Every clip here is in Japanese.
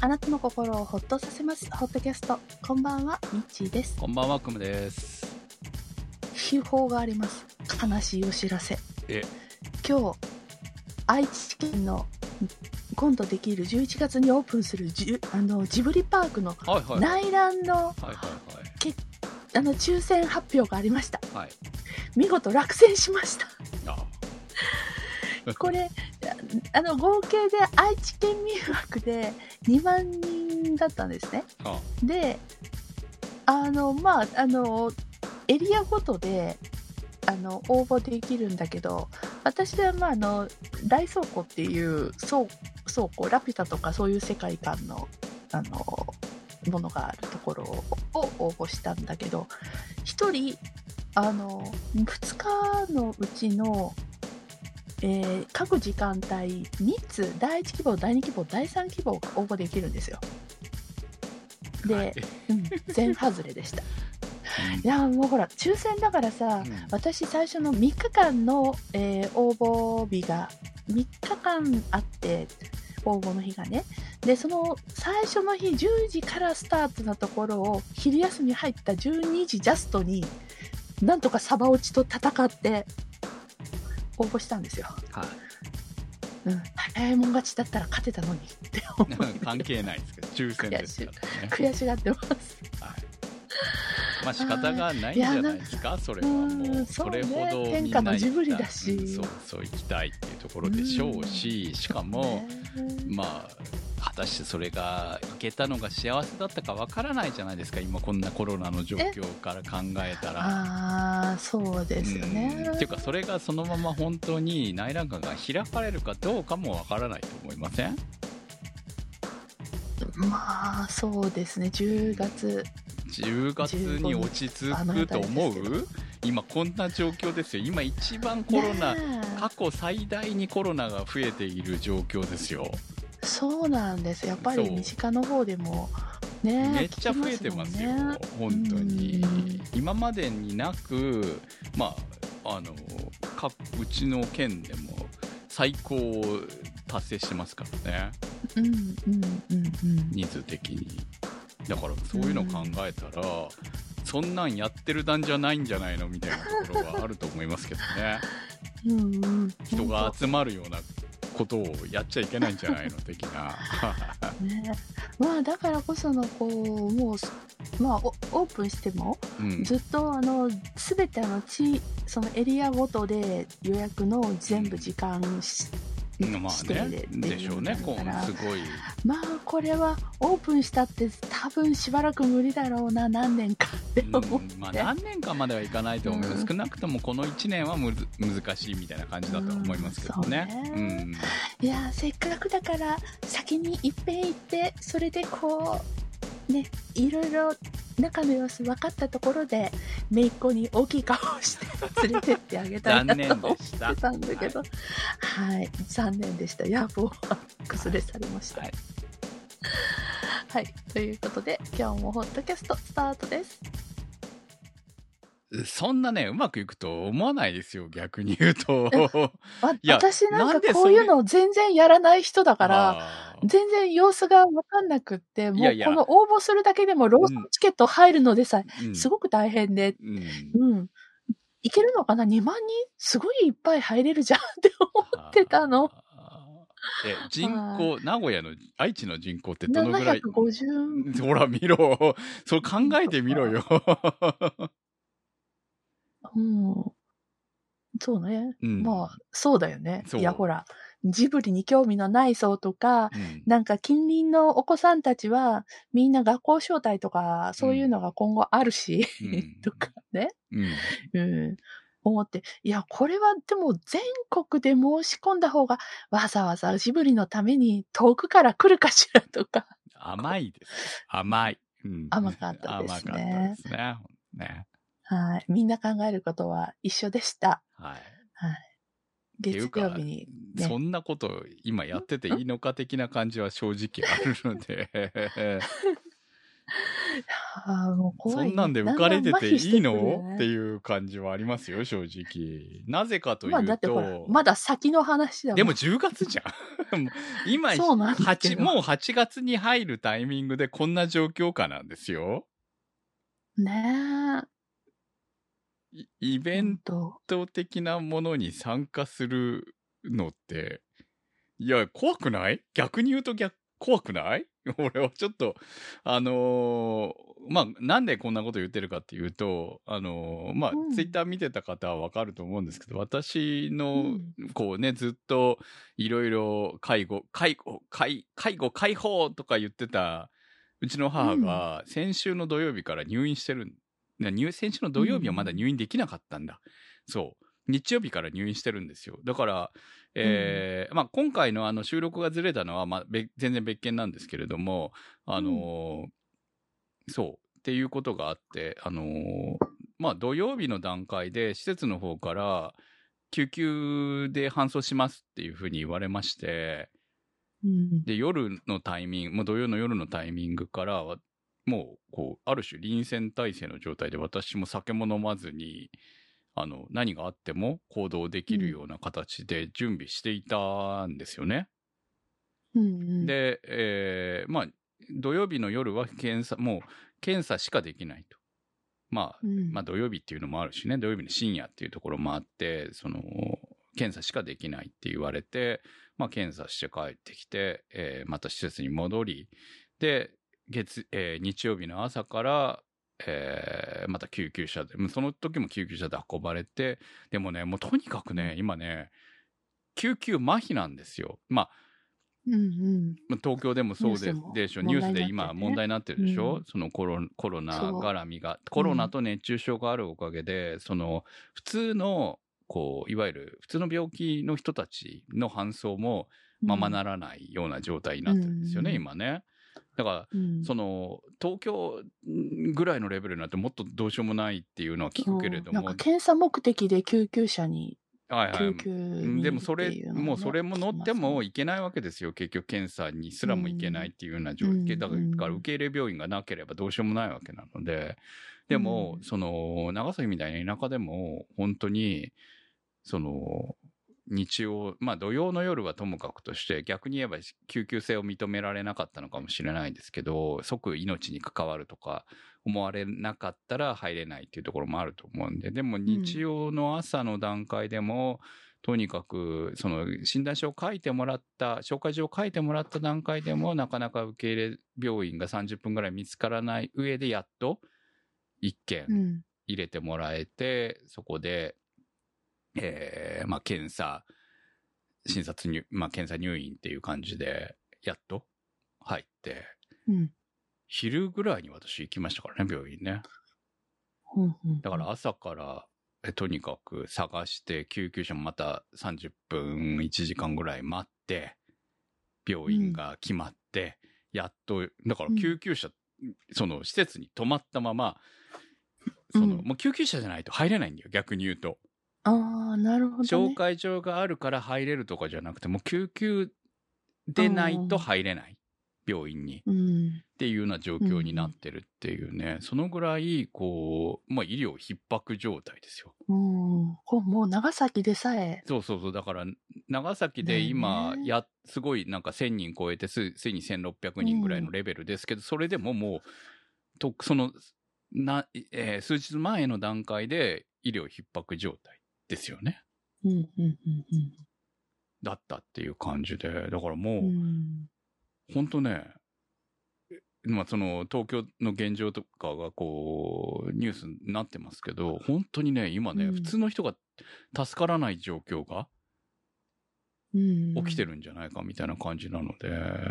あなたの心をホッとさせますホットキャスト。こんばんは、ミッチーです。 こんばんは、クムです。 秘宝があります。悲しいお知らせ。今日愛知県の今度できる11月にオープンするジブリパークの内覧の抽選発表がありました。 はい、 見事落選しました。これ合計で愛知県民枠で2万人だったんですね。でエリアごとで応募できるんだけど、私は大倉庫っていう倉庫、ラピュタとかそういう世界観のものがあるところを応募したんだけど、1人2日のうちの各時間帯3つ、第1希望、第2希望、第3希望が応募できるんですよ。で、全外れでした。いやもうほら抽選だからさ、私最初の3日間の、応募日が3日間あって、応募の日がね、でその最初の日10時からスタートなところを昼休み入った12時ジャストになんとかサバ落ちと戦って応募したんですよ。早いもん勝ちだったら勝てたのにって思って関係ないですけど、抽選ですからね。 悔しがってます。 まあ仕方がないんじゃないですか。それはもうそれほど天下のジブリだし、 そう行きたいっていうところでしょうし、しかもまあ果たしてそれがいけたのが幸せだったかわからないじゃないですか。今こんなコロナの状況から考えたら。 そうですよね。 っていうかそれがそのまま本当に内覧会が開かれるかどうかもわからないと思いません？ まあそうですね。10月に落ち着くと思う？今こんな状況ですよ。今一番コロナ、過去最大にコロナが増えている状況ですよ。 そうなんです。やっぱり身近の方でもね、 めっちゃ増えてますよ、本当に。今までになく、うちの県でも最高を達成してますからね。人数的に。だからそういうの考えたら、そんなんやってる段じゃないんじゃないのみたいなところはあると思いますけどね。人が集まるようなことをやっちゃいけないんじゃないの的な。 まあだからこそのもうオープンしても、ずっと全てそのエリアごとで予約の全部時間でしょうね。すごい。 まあこれはオープンしたって多分しばらく無理だろうな、何年かって思って。 何年かまではいかないと思うけど、少なくともこの1年は難しいみたいな感じだと思いますけどね。 いやせっかくだから先にいっぺん行って、それでいろいろ中の様子分かったところで姪っ子に大きい顔をして連れてってあげたいなと思ってたんだけど、残念でした。野望は崩れされました。ということで今日もホットキャストスタートです。 そんなね、うまくいくと思わないですよ、逆に言うと。 私なんかこういうのを全然やらない人だから、全然様子が分かんなくって、もうこの応募するだけでもローソンチケット入るのでさ、すごく大変で、いけるのかな ?2 万人すごいいっぱい入れるじゃんって思ってたの。 人口、名古屋の、愛知の人口ってどのぐらい ？750。 ほら見ろ。そう考えてみろよ。 そうね。まあ、そうだよね。いや、ほら、ジブリに興味のない層とか、なんか近隣のお子さんたちは、みんな学校招待とか、そういうのが今後あるし、とかね。思って、いや、これはでも全国で申し込んだ方が、わざわざジブリのために遠くから来るかしらとか。 甘いです。甘い。 甘かったですね。 甘かったですね。 みんな考えることは一緒でした。月曜日に、 そんなこと今やってていいのか的な感じは正直あるので。 もう怖い、ね。 そんなんで浮かれてていいの、 ね、 っていう感じはありますよ、正直。なぜかというと。 まあ、だってほら、まだ先の話だもん。 でも10月じゃん。今、 そうなんだけどもう8月に入るタイミングでこんな状況下なんですよ。 ねえ。イベント的なものに参加するのって、いや、怖くない？逆に言うと怖くない？俺はちょっと、まあ、なんでこんなこと言ってるかっていうと、まあ、ツイッター見てた方はわかると思うんですけど、私の、こうね、ずっと、いろいろ解放とか言ってた、うちの母が、先週の土曜日から入院してる。先週の土曜日はまだ入院できなかったんだ。そう。日曜日から入院してるんですよ。だから、まあ、今回の収録がずれたのは、まあ、全然別件なんですけれども、そう、っていうことがあって、まあ、土曜日の段階で施設の方から、救急で搬送しますっていうふうに言われまして、で、夜のタイミング、もう土曜の夜のタイミングから、もう、こう、ある種臨戦態勢の状態で、私も酒も飲まずに、何があっても行動できるような形で準備していたんですよね。で、まあ、土曜日の夜はもう検査しかできないと。まあ、土曜日っていうのもあるしね、土曜日の深夜っていうところもあって、検査しかできないって言われて、検査して帰ってきて、また施設に戻り、で、日曜日の朝から、また救急車で、その時も救急車で運ばれて、でもね、もうとにかくね、今ね、救急麻痺なんですよ。まあ、東京でもそうでしょ。ニュースで今問題になってるでしょ。そのコロナ絡みが。コロナと熱中症があるおかげで、普通の、こう、いわゆる普通の病気の人たちの搬送もままならないような状態になってるんですよね、今ね。だから、東京ぐらいのレベルになってもっとどうしようもないっていうのは聞くけれども。 なんか検査目的で救急車に。 救急にでもそれも乗ってもいけないわけですよ。結局検査にすらもいけないっていうような状況。だから受け入れ病院がなければどうしようもないわけなので。でも、長崎みたいな田舎でも本当に、日曜、まあ土曜の夜はともかくとして、逆に言えば救急性を認められなかったのかもしれないですけど、即命に関わるとか思われなかったら入れないっていうところもあると思うんで、でも日曜の朝の段階でも、とにかく診断書を書いてもらった、紹介状を書いてもらった段階でも、なかなか受け入れ病院が30分ぐらい見つからない上で、やっと1件入れてもらえて、そこで、まあ、検査入院っていう感じで、やっと入って、昼ぐらいに私行きましたからね、病院ね。だから朝から、とにかく探して、救急車もまた30分、1時間ぐらい待って、病院が決まって、やっと、だから救急車、施設に泊まったまま、もう救急車じゃないと入れないんだよ、逆に言うと。 なるほど、ね。 紹介状があるから入れるとかじゃなくて、もう救急でないと入れない。病院に。っていうような状況になってるっていうね。そのぐらい、こう、まあ医療逼迫状態ですよ。 もう長崎でさえ。 そう。だから、長崎で今、すごいなんか1000人超えて、ついに1600人ぐらいのレベルですけど、それでももう、数日前の段階で医療逼迫状態ですよね。だったっていう感じで、だからもう、本当ね、まあ東京の現状とかがこう、ニュースになってますけど、本当にね、今ね、普通の人が助からない状況が起きてるんじゃないかみたいな感じなので、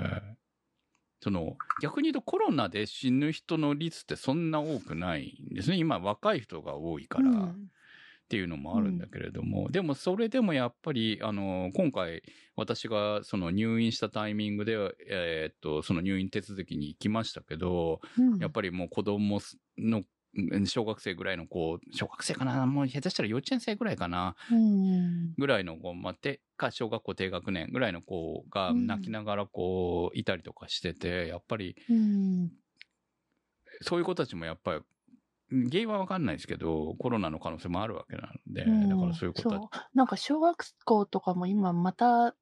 逆に言うとコロナで死ぬ人の率ってそんな多くないんですね。今若い人が多いから。っていうのもあるんだけれども、でもそれでもやっぱり、今回私が入院したタイミングで、入院手続きに行きましたけど、やっぱりもう子供の小学生ぐらいの子、小学生かな、もう下手したら幼稚園生ぐらいかな、ぐらいの子、小学校低学年ぐらいの子が泣きながらこういたりとかしてて、やっぱり、 そういう子たちもやっぱり、原因は分かんないですけど、コロナの可能性もあるわけなので、だからそういう子たち。 そう。なんか小学校とかも今また、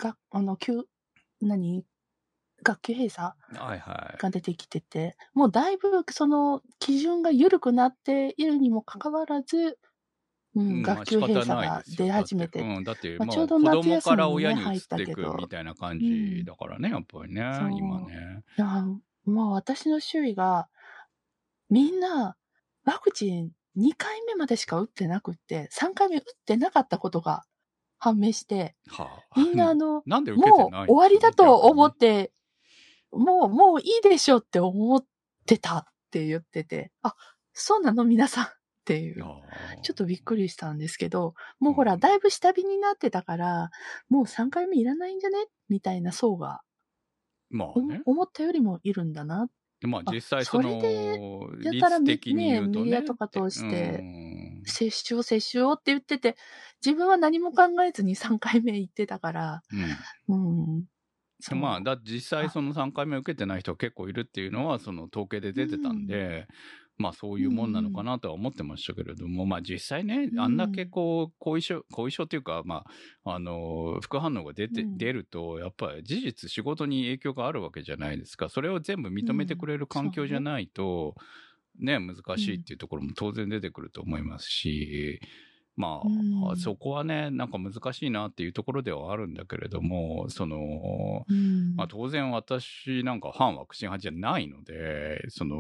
学級閉鎖はいはい。 が出てきてて、もうだいぶその基準が緩くなっているにもかかわらず、 まあ仕学級閉方鎖がないですよ。 出だって、 始めて、 だってちょうどもう子夏休供からみにね、 親に移っ入ったていくみけど、 たいな感うん、 じだからね、やっぱりね、今そう。 ね。 いや、もう私の周囲が、みんな、ワクチン2回目までしか打ってなくって、3回目打ってなかったことが判明して、 はあ、 みんななんで受けてもう終わりないんでしょうね、 だと逆にね。 思って、もういいでしょって思ってたって言ってて、あ、そうなの皆さんっていう。ちょっとびっくりしたんですけど、もうほら、だいぶ下火になってたから、もう3回目いらないんじゃねみたいな層が、 まあね。 思ったよりもいるんだな。 まあ実際それで、やたら率的に言うとね、 メディアとかって通して、接種をって言ってて、自分は何も考えずに3回目行ってたから、 まあ、 そう。 実際その3回目受けてない人結構いるっていうのは、その統計で出てたんで、まあそういうもんなのかなとは思ってましたけれども、まあ実際ね、あんだけ後遺症っていうか、まあ、副反応が出ると、やっぱり事実仕事に影響があるわけじゃないですか。それを全部認めてくれる環境じゃないと、ね、難しいっていうところも当然出てくると思いますし、まあ、そこはね、なんか難しいなっていうところではあるんだけれども、まあ当然私なんか反ワクチン派じゃないので、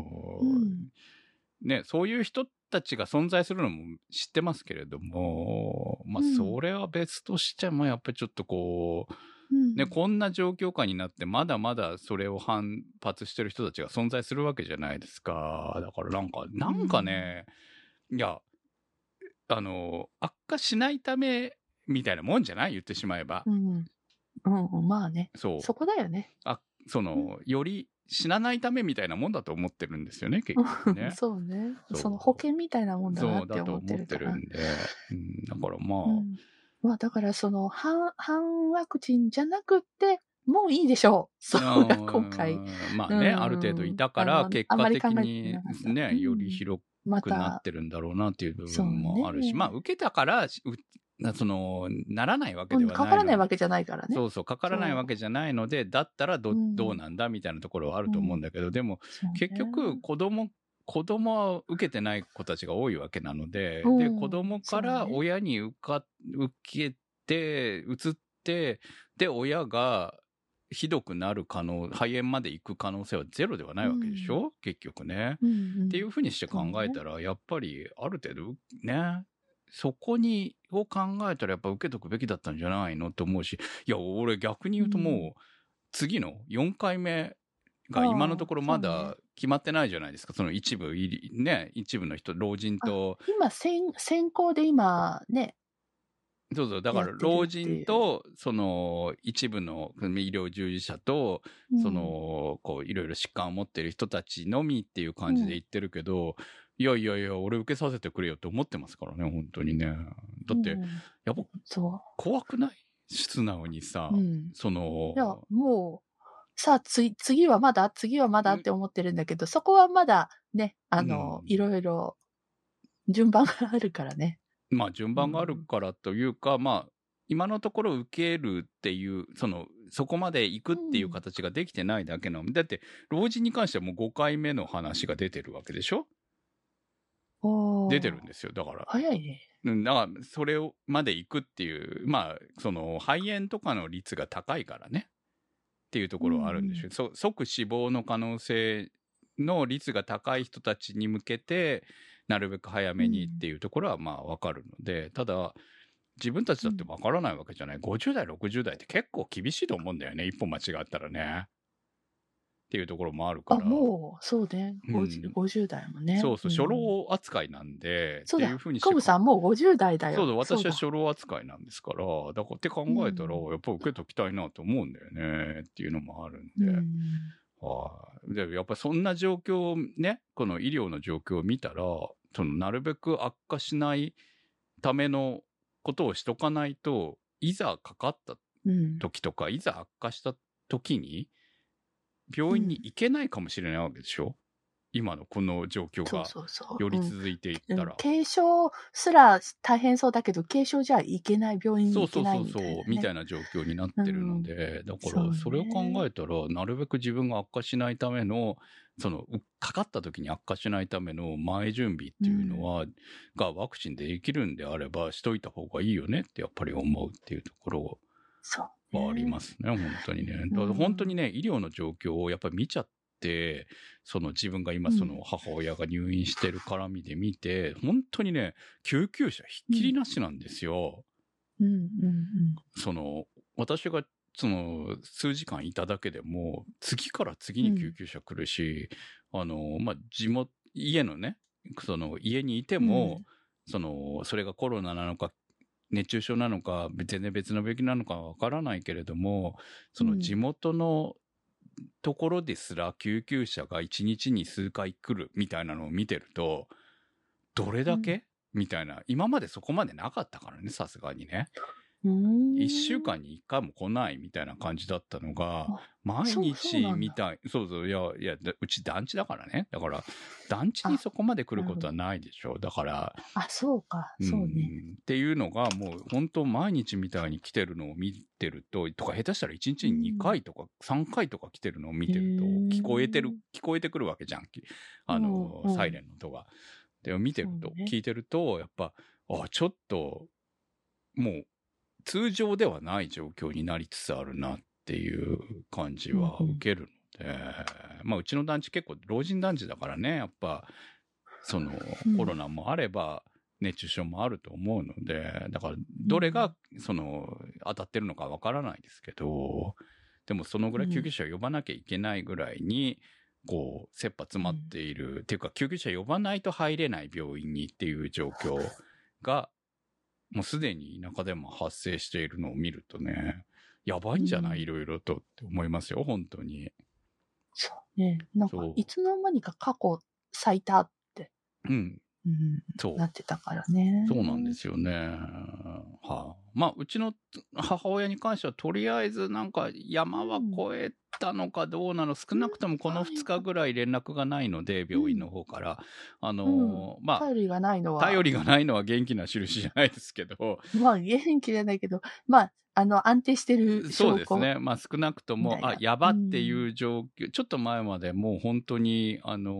ね、そういう人たちが存在するのも知ってますけれども、まあそれは別としてもやっぱりちょっとね、こんな状況下になってまだまだそれを反発してる人たちが存在するわけじゃないですか。だからなんかね、いや、悪化しないためみたいなもんじゃない言ってしまえば。 まあね。 そう。 そこだよね。 より死なないためみたいなもんだと思ってるんですよね、結局ね。 そうね。その保険みたいなもんだなそうだとって思って思ってるから。 るんで。だからまあ。 まあだから反ワクチンじゃなくって、もういいでしょう。そうが今回。 まあね、ある程度いたから、結果的にね、より広くなってるんだろうなっていう部分もあるし、まあ受けたから、ならないわけではない。 かからないわけじゃないからね。 そうそう、かからないわけじゃないので、だったらどうなんだみたいなところはあると思うんだけど、でも、結局、子供は受けてない子たちが多いわけなので、で、子供から親に受けて、移って、で、親がひどくなる肺炎まで行く可能性はゼロではないわけでしょ、結局ね。っていうふうにして考えたら、やっぱりある程度ね、そこを考えたらやっぱ受けとくべきだったんじゃないのって思うし、いや、俺逆に言うともう、次の4回目が今のところまだ決まってないじゃないですか。その一部の人、老人と。 今、先行で今ね。 そうそう、だから老人と、一部の医療従事者と、いろいろ疾患を持ってる人たちのみっていう感じで言ってるけど、いや、俺受けさせてくれよって思ってますからね、本当にね。だって、やっぱ、怖くない？素直にさ、 いや、もう、さあ、次はまだって思ってるんだけど、そこはまだね、いろいろ順番があるからね。 まあ順番があるからというか、まあ今のところ受けるっていう、そこまで行くっていう形ができてないだけなの。だって、老人に関してはもう5回目の話が出てるわけでしょ？出てるんですよ。だから。 早いね。 だから、それまで行くっていう、まあ、肺炎とかの率が高いからね。っていうところはあるんでしょう。即死亡の可能性の率が高い人たちに向けて、なるべく早めにっていうところはまあわかるので、ただ、自分たちだってわからないわけじゃない。50代、60代って結構厳しいと思うんだよね。一歩間違ったらね。っていうところもあるから。 もう、そうね。50代もね。 そうそう、初老扱いなんで、 そうだ。 っていうふうにコムさんもう50代だよ。 そうだ、私は初老扱いなんですから、だからって考えたら、やっぱ受けときたいなと思うんだよね。っていうのもあるんで。で、やっぱりそんな状況をね、この医療の状況を見たら、なるべく悪化しないためのことをしとかないと、いざかかった時とか、いざ悪化した時に、病院に行けないかもしれないわけでしょ？ 今のこの状況がより続いていったら。 軽症すら大変そうだけど、軽症じゃいけない、病院に行けないみたいな、ね。 みたいな状況になってるので、だからそれを考えたら、なるべく自分が悪化しないための、かかった時に悪化しないための前準備っていうのは、がワクチンでできるんであればしといた方がいいよねってやっぱり思うっていうところはありますね、本当にね。だから本当にね、医療の状況をやっぱり見ちゃって、自分が今母親が入院してる絡みで見て、本当にね、救急車ひっきりなしなんですよ。私が数時間いただけでも、次から次に救急車来るし、家のね、家にいても、それがコロナなのか、熱中症なのか、全然別の病気なのかわからないけれども、地元のところですら救急車が1日に数回来るみたいなのを見てると、どれだけ、みたいな、今までそこまでなかったからね、さすがにね。1週間に1回も来ないみたいな感じだったのが、毎日みたい。いや、うち団地だからね。だから、団地にそこまで来ることはないでしょ。だから。 そうか、そうね。 っていうのが、もう本当毎日みたいに来てるのを見てると、とか下手したら1日に2回とか3回とか来てるのを見てると、聞こえてくるわけじゃん。サイレンの音が。で、見てると、聞いてると、やっぱ、ちょっと、もう、通常ではない状況になりつつあるなっていう感じは受けるので、うちの団地結構老人団地だからね、やっぱ、コロナもあれば、熱中症もあると思うので、だから、どれが、当たってるのかわからないですけど、でもそのぐらい救急車を呼ばなきゃいけないぐらいに、切羽詰まっている、っていうか、救急車呼ばないと入れない病院にっていう状況が、もうすでに田舎でも発生しているのを見るとね、やばいんじゃない、いろいろとって思いますよ、本当に。 そうね。なんか、いつの間にか過去最多って。なってたからね。 そうなんですよね。うちの母親に関しては、とりあえずなんか山は越えたのかどうなの、少なくともこの2日ぐらい連絡がないので、病院の方から。 頼りがないのは元気な印じゃないですけど。 元気じゃないけど、安定してる証拠。 そうですね。少なくとも、やばっていう状況、ちょっと前までもう本当に、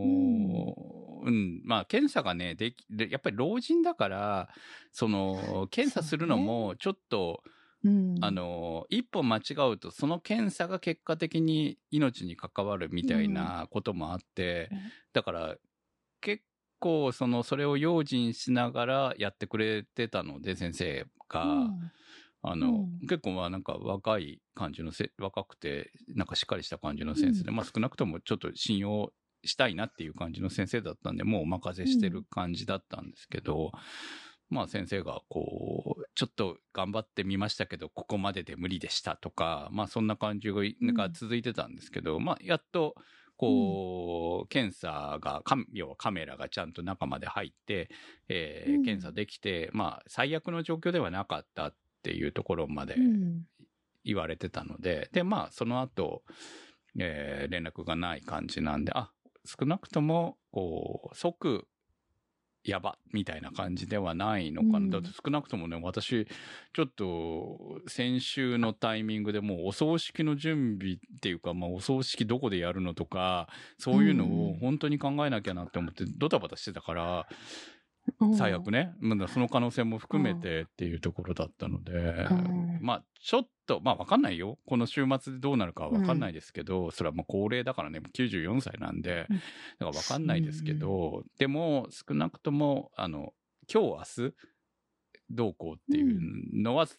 検査がね、やっぱり老人だから、検査するのも、ちょっと、一歩間違うと、その検査が結果的に命に関わるみたいなこともあって、だから、結構、それを用心しながらやってくれてたので、先生が。結構なんか若い感じの若くて、なんかしっかりした感じの先生で、少なくともちょっと信用したいなっていう感じの先生だったんで、もうお任せしてる感じだったんですけど、先生がちょっと頑張ってみましたけど、ここまでで無理でしたとか、そんな感じが続いてたんですけど、やっと、検査が、要はカメラがちゃんと中まで入って、検査できて、最悪の状況ではなかったっていうところまで言われてたので、で、その後、連絡がない感じなんで、少なくとも、即、やば、みたいな感じではないのかな。だって少なくともね、私、ちょっと、先週のタイミングでもうお葬式の準備っていうか、お葬式どこでやるのとか、そういうのを本当に考えなきゃなって思ってドタバタしてたから、最悪ね。その可能性も含めてっていうところだったので、ちょっと、わかんないよ。この週末でどうなるかはわかんないですけど、それはもう高齢だからね、94歳なんで、だからわかんないですけど、でも少なくとも、今日明日、どうこうっていうのは、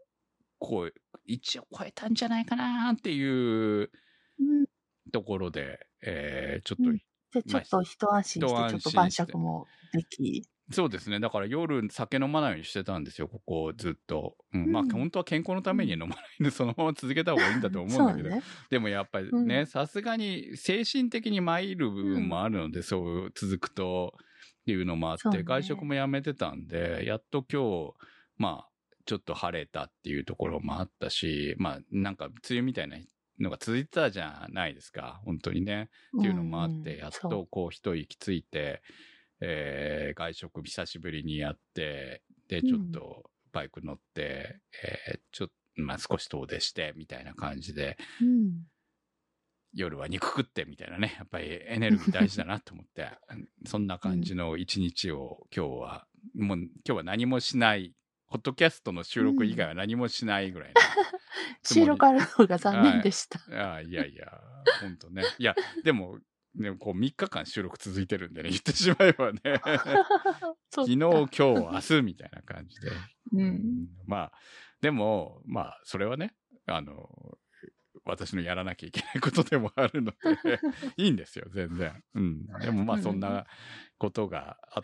一応超えたんじゃないかなっていうところで、ちょっと、 ちょっと一安心して、ちょっと晩酌もでき。 そうですね。だから夜酒飲まないようにしてたんですよ、ここずっと。本当は健康のために飲まないんで、そのまま続けた方がいいんだと思うんだけど。でもやっぱりね、さすがに精神的に参る部分もあるので、そう続くとっていうのもあって、外食もやめてたんで、やっと今日、ちょっと晴れたっていうところもあったし、なんか梅雨みたいなのが続いてたじゃないですか、本当にね。っていうのもあって、やっとこう一息ついて、外食久しぶりにやって、で、ちょっとバイク乗って、まあ少し遠出して、みたいな感じで、夜は肉食ってみたいなね、やっぱりエネルギー大事だなと思って、そんな感じの一日を今日は何もしない、ポッドキャストの収録以外は何もしないぐらいの収録あるのが残念でした。 いやいや、ほんとね。いや、でも、こう3日間収録続いてるんでね、言ってしまえばね。昨日、今日、明日みたいな感じで。まあ、でも、まあ、それはね、私のやらなきゃいけないことでもあるので、いいんですよ、全然。でもまあ、そんなことがあって、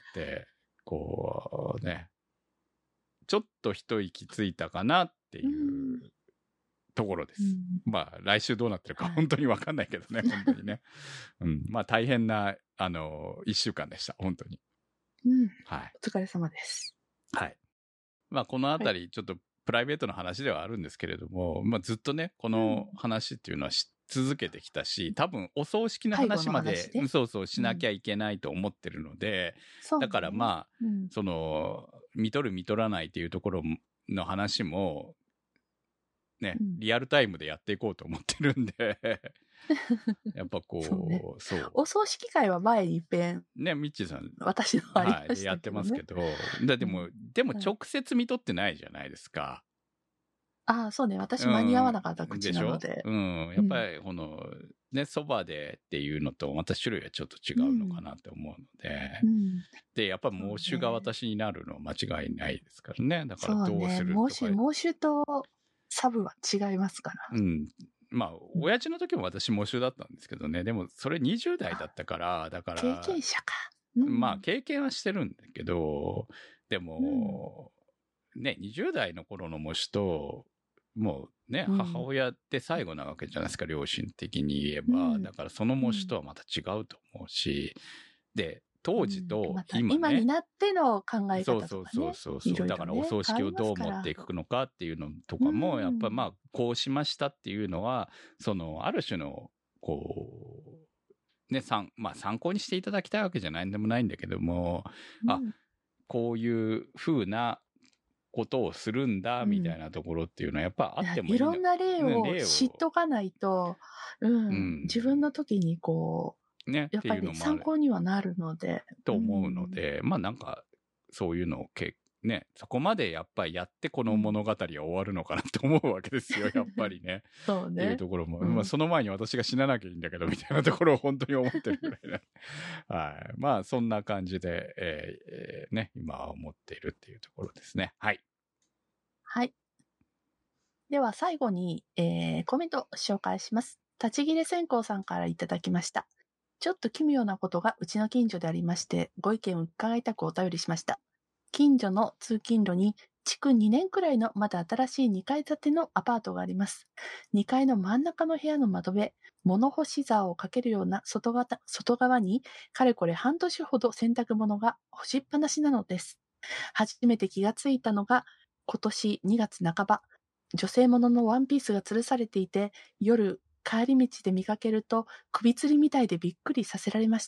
こうね、ちょっと一息ついたかなっていうところです。まあ、来週どうなってるか本当にわかんないけどね、本当にね。まあ、大変な、一週間でした、本当に。はい。 お疲れ様です。 はい。まあ、このあたり、ちょっとプライベートの話ではあるんですけれども、まあ、ずっとね、この話っていうのはし続けてきたし、多分、お葬式の話まで、そうしなきゃいけないと思ってるので、だからまあ、見とる見とらないっていうところの話も、ね、リアルタイムでやっていこうと思ってるんで、やっぱこう、そう。 お葬式会は前に一遍。 ね、ミッチーさん。 私のありましたけどね。 やってますけど、でも直接見とってないじゃないですか。 ああ、そうね。私間に合わなかった口なので。 でしょ？やっぱりこの、ね、そばでっていうのとまた種類はちょっと違うのかなって思うので、で、やっぱり喪主が私になるの間違いないですからね。だからどうするとか。 喪主とサブは違いますから。 まあ、親父の時も私喪主だったんですけどね。でも、それ20代だったから、だから。 経験者か。 まあ、経験はしてるんだけど、でも、ね、20代の頃の喪主と、もうね、母親って最後なわけじゃないですか、両親的に言えば。だからその喪主とはまた違うと思うし、で、当時と今になっての考え方とかね。 そう。だからお葬式をどう持っていくのかっていうのとかも、やっぱまあ、こうしましたっていうのは、ある種の、こう、ね、まあ参考にしていただきたいわけじゃないんでもないんだけども、こういう風なことをするんだみたいなところっていうのはやっぱあってもいい。 いろんな例を知っとかないと、自分の時にこう、ね、やっぱり参考にはなるので。 と思うので、まあなんかそういうのをね、そこまでやっぱりやってこの物語は終わるのかなって思うわけですよ、やっぱりね。 そうね。 っていうところも、まあその前に私が死ななきゃいいんだけどみたいなところを本当に思ってるぐらいね。はい。まあそんな感じで、ね、今は思っているっていうところですね。はい。 はい。では最後に、コメントを紹介します。立ち切れ線香さんからいただきました。ちょっと奇妙なことがうちの近所でありまして、ご意見を伺いたくお便りしました。近所の通勤路に築2年くらいのまだ新しい2階建てのアパートがあります。2階の真ん中の部屋の窓辺、物干し座をかけるような外側に、かれこれ半年ほど洗濯物が干しっぱなしなのです。初めて気がついたのが、今年2月半ば、女性もののワンピースが吊るされていて、夜帰り道で見かけると首吊りみたいでびっくりさせられました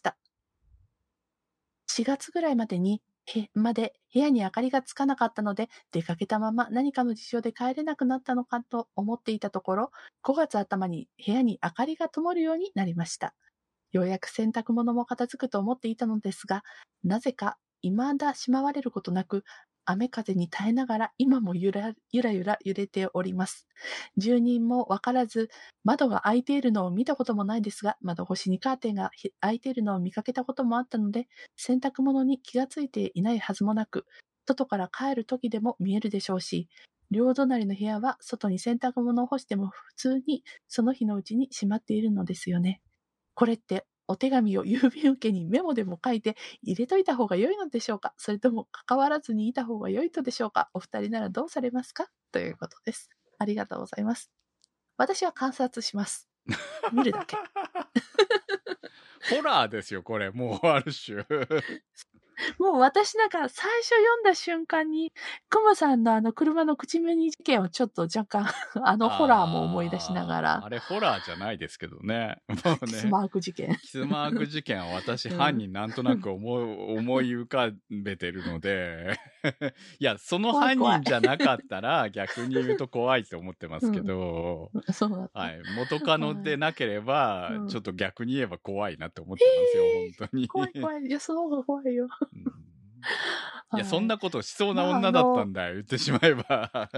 。4月ぐらいまで部屋に明かりがつかなかったので、出かけたまま何かの事情で帰れなくなったのかと思っていたところ、5月頭に部屋に明かりが灯るようになりました。ようやく洗濯物も片付くと思っていたのですが、なぜか未だしまわれることなく、雨風に耐えながら今もゆら揺れております。住人もわからず、窓が開いているのを見たこともないですが、窓越しにカーテンが開いているのを見かけたこともあったので、洗濯物に気がついていないはずもなく、外から帰る時でも見えるでしょうし、両隣の部屋は外に洗濯物を干しても普通にその日のうちにしまっているのですよね。これってお手紙を郵便受けにメモでも書いて入れといた方が良いのでしょうか？それとも関わらずにいた方が良いのでしょうか？お二人ならどうされますか？ということです。ありがとうございます。私は観察します。見るだけ。 ホラーですよ、これ。もうある種。 もう私なんか最初読んだ瞬間に、クマさんの車の口紅事件をちょっと若干、ホラーも思い出しながら。 あれホラーじゃないですけどね。もうね。 キスマーク事件。 キスマーク事件は私、犯人なんとなく思い浮かべてるので、いや、その犯人じゃなかったら逆に言うと怖いと思ってますけど、 そうだった。 はい。元カノでなければ、ちょっと逆に言えば怖いなって思ってますよ、本当に。 怖い怖い。いや、その方が怖いよ。 いや、そんなことしそうな女だったんだよ、言ってしまえば。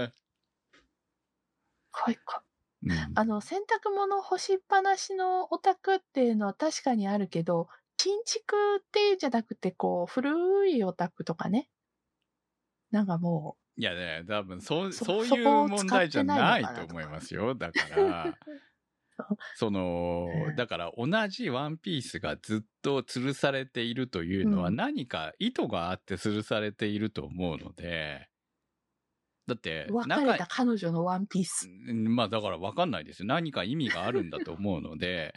怖い怖い。洗濯物干しっぱなしのオタクっていうのは確かにあるけど、新築ってじゃなくて、こう、古いオタクとかね。なんかもう。いやね、多分そういう問題じゃないと思いますよ。だから、だから同じワンピースがずっと吊るされているというのは何か意図があって吊るされていると思うので、だって、 別れた彼女のワンピース。 まあだから分かんないですよ。何か意味があるんだと思うので、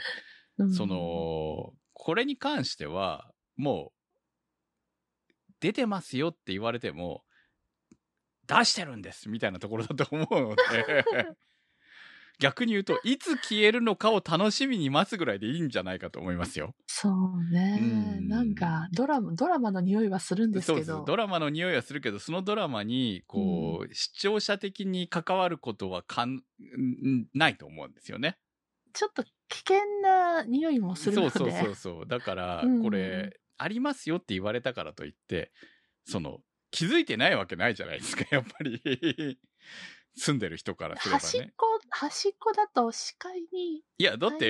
これに関しては、もう、出てますよって言われても、出してるんですみたいなところだと思うので、逆に言うと、いつ消えるのかを楽しみに待つぐらいでいいんじゃないかと思いますよ。 そうね。なんか、ドラマの匂いはするんですけど。 そうです。ドラマの匂いはするけど、そのドラマに、こう、視聴者的に関わることはないと思うんですよね。 ちょっと危険な匂いもするので。 そう。だから、これ、ありますよって言われたからといって、気づいてないわけないじゃないですか、やっぱり。住んでる人からすればね。 端っこだと視界に。 いや、だって、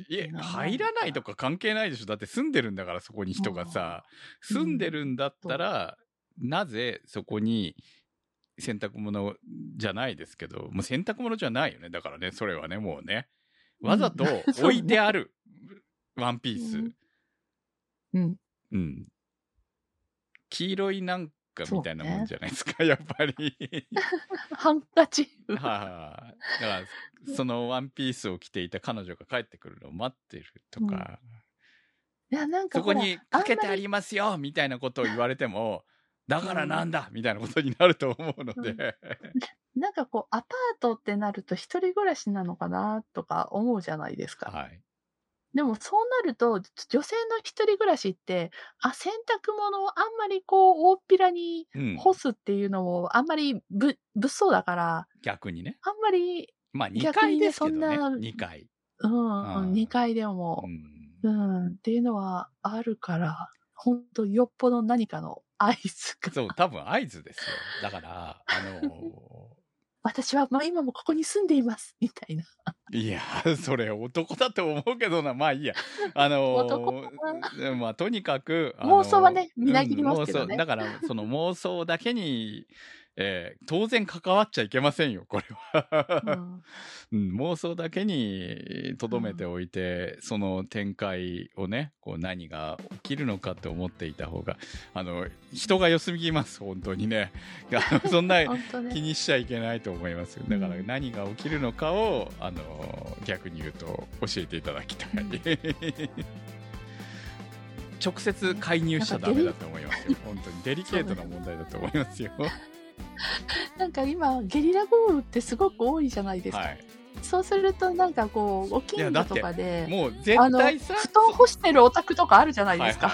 入らないとか関係ないでしょ。だって住んでるんだから、そこに人がさ。住んでるんだったら、なぜそこに洗濯物じゃないですけど、もう洗濯物じゃないよね。だからね、それはね、もうね。わざと置いてある、ワンピース。黄色いなんかみたいなもんじゃないですか、やっぱり。 ハンカチ。 だからそのワンピースを着ていた彼女が帰ってくるのを待ってるとか、 いやなんかそこにかけてありますよみたいなことを言われても、だからなんだみたいなことになると思うので、 なんかこうアパートってなると一人暮らしなのかなとか思うじゃないですか。 はい。 でもそうなると、女性の一人暮らしって、洗濯物をあんまりこう、大っぴらに干すっていうのも、あんまり物騒だから、 逆にね。 あんまり、 まあ2階ですけどね。2階。 2階でも、っていうのはあるから、本当よっぽど何かの合図が。 そう、多分合図ですよ。だから、 私は今もここに住んでいます、みたいな。 いや、それ男だと思うけどな、まあいいや。まあとにかく、 妄想はね、みなぎりますけどね。 だから、その妄想だけに、当然関わっちゃいけませんよ、これは。妄想だけに留めておいて、その展開をね、こう何が起きるのかって思っていた方が、人が良すぎます、本当にね。そんな気にしちゃいけないと思いますよ。だから何が起きるのかを、逆に言うと教えていただきたい。直接介入しちゃダメだと思いますよ。本当にデリケートな問題だと思いますよ。 なんか今ゲリラ豪雨ってすごく多いじゃないですか。そうするとなんかこうご近所とかでもう絶対さ布団干してるお宅とかあるじゃないですか。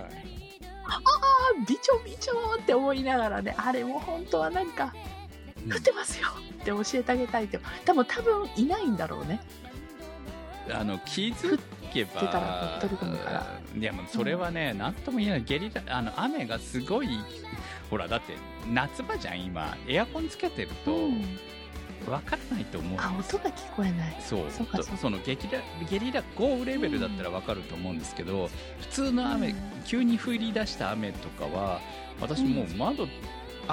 ビチョビチョって思いながらね、あれも本当はなんか降ってますよって教えてあげたいって多分いないんだろうね。 気づけばいやもうそれはね、なんとも言えない。ゲリラ雨がすごい、ほらだって夏場じゃん今、エアコンつけてると分からないと思うんです。 音が聞こえない。 そのゲリラ豪雨レベルだったら分かると思うんですけど、普通の雨、急に降り出した雨とかは私もう窓開け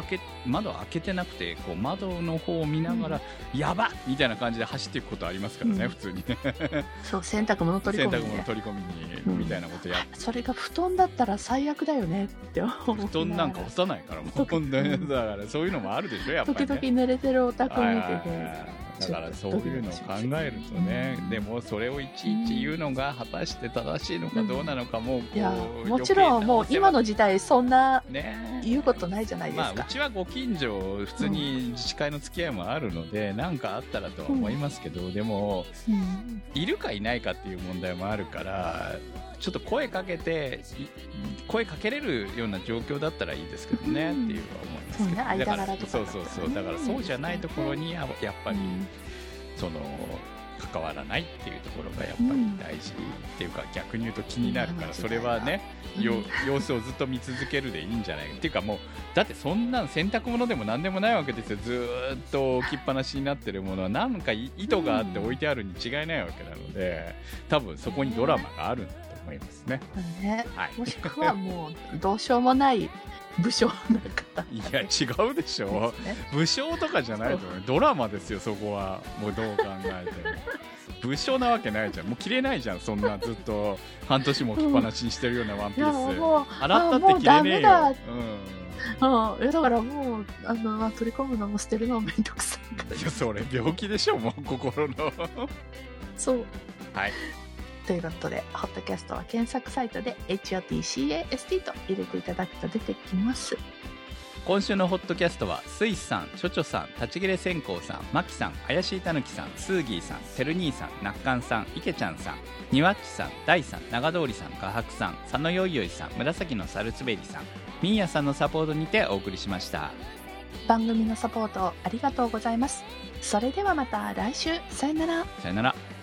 窓開けてなくてこう窓の方を見ながら、やばっみたいな感じで走っていくことありますからね、普通にねそう、洗濯物取り込みに、 洗濯物取り込みに、みたいなことやそれが布団だったら最悪だよねって思う。 布団なんか干さないからもう本当に、だからそういうのもあるでしょ、やっぱり、ね、 時々濡れてるお宅見てて、 だからそういうのを考えるとね、でもそれをいちいち言うのが果たして正しいのかどうなのかも、 いやもちろんもう今の時代そんな言うことないじゃないですか。 まあ、うちはご近所普通に自治会の付き合いもあるので何かあったらとは思いますけど、でも、いるかいないかっていう問題もあるからちょっと声かけれるような状況だったらいいですけどね、っていうのは思いますけど、 ね、間柄とかそうだからそうじゃないところにやっぱり、その関わらないっていうところがやっぱり大事っていうか、逆に言うと気になるから、それはね、様子をずっと見続けるでいいんじゃないっていうか、もうだってそんなん洗濯物でも何でもないわけですよ。ずっと置きっぱなしになってるものは何か意図があって置いてあるに違いないわけなので、多分そこにドラマがあるんだと思いますね。はい、 もしくはもうどうしようもない武将な方。 いや違うでしょ、武将とかじゃないと思う。ドラマですよ、そこは。もうどう考えても武将なわけないじゃん。もう着れないじゃん、そんなずっと半年も置きっぱなしにしてるようなワンピース。洗ったって着れねえよ。 だからもう取り込むのも捨てるのもめんどくさいから。 いやそれ病気でしょ、もう心のそう。 はい。 ということで、ホットキャストは検索サイトで HOTCAST と入れていただくと出てきます。 今週のホットキャストはスイスさん、チョチョさん、立ち切れ線香さん、マキさん、怪しいたぬきさん、スーギーさん、テル兄さん、ナッカンさん、イケちゃんさん、ニワッチさん、ダイさん、長通りさん、画伯さん、佐野よいよいさん、紫のサルツベリさん、ミーヤさんのサポートにてお送りしました。 番組のサポートありがとうございます。それではまた来週、さよなら。 さよなら。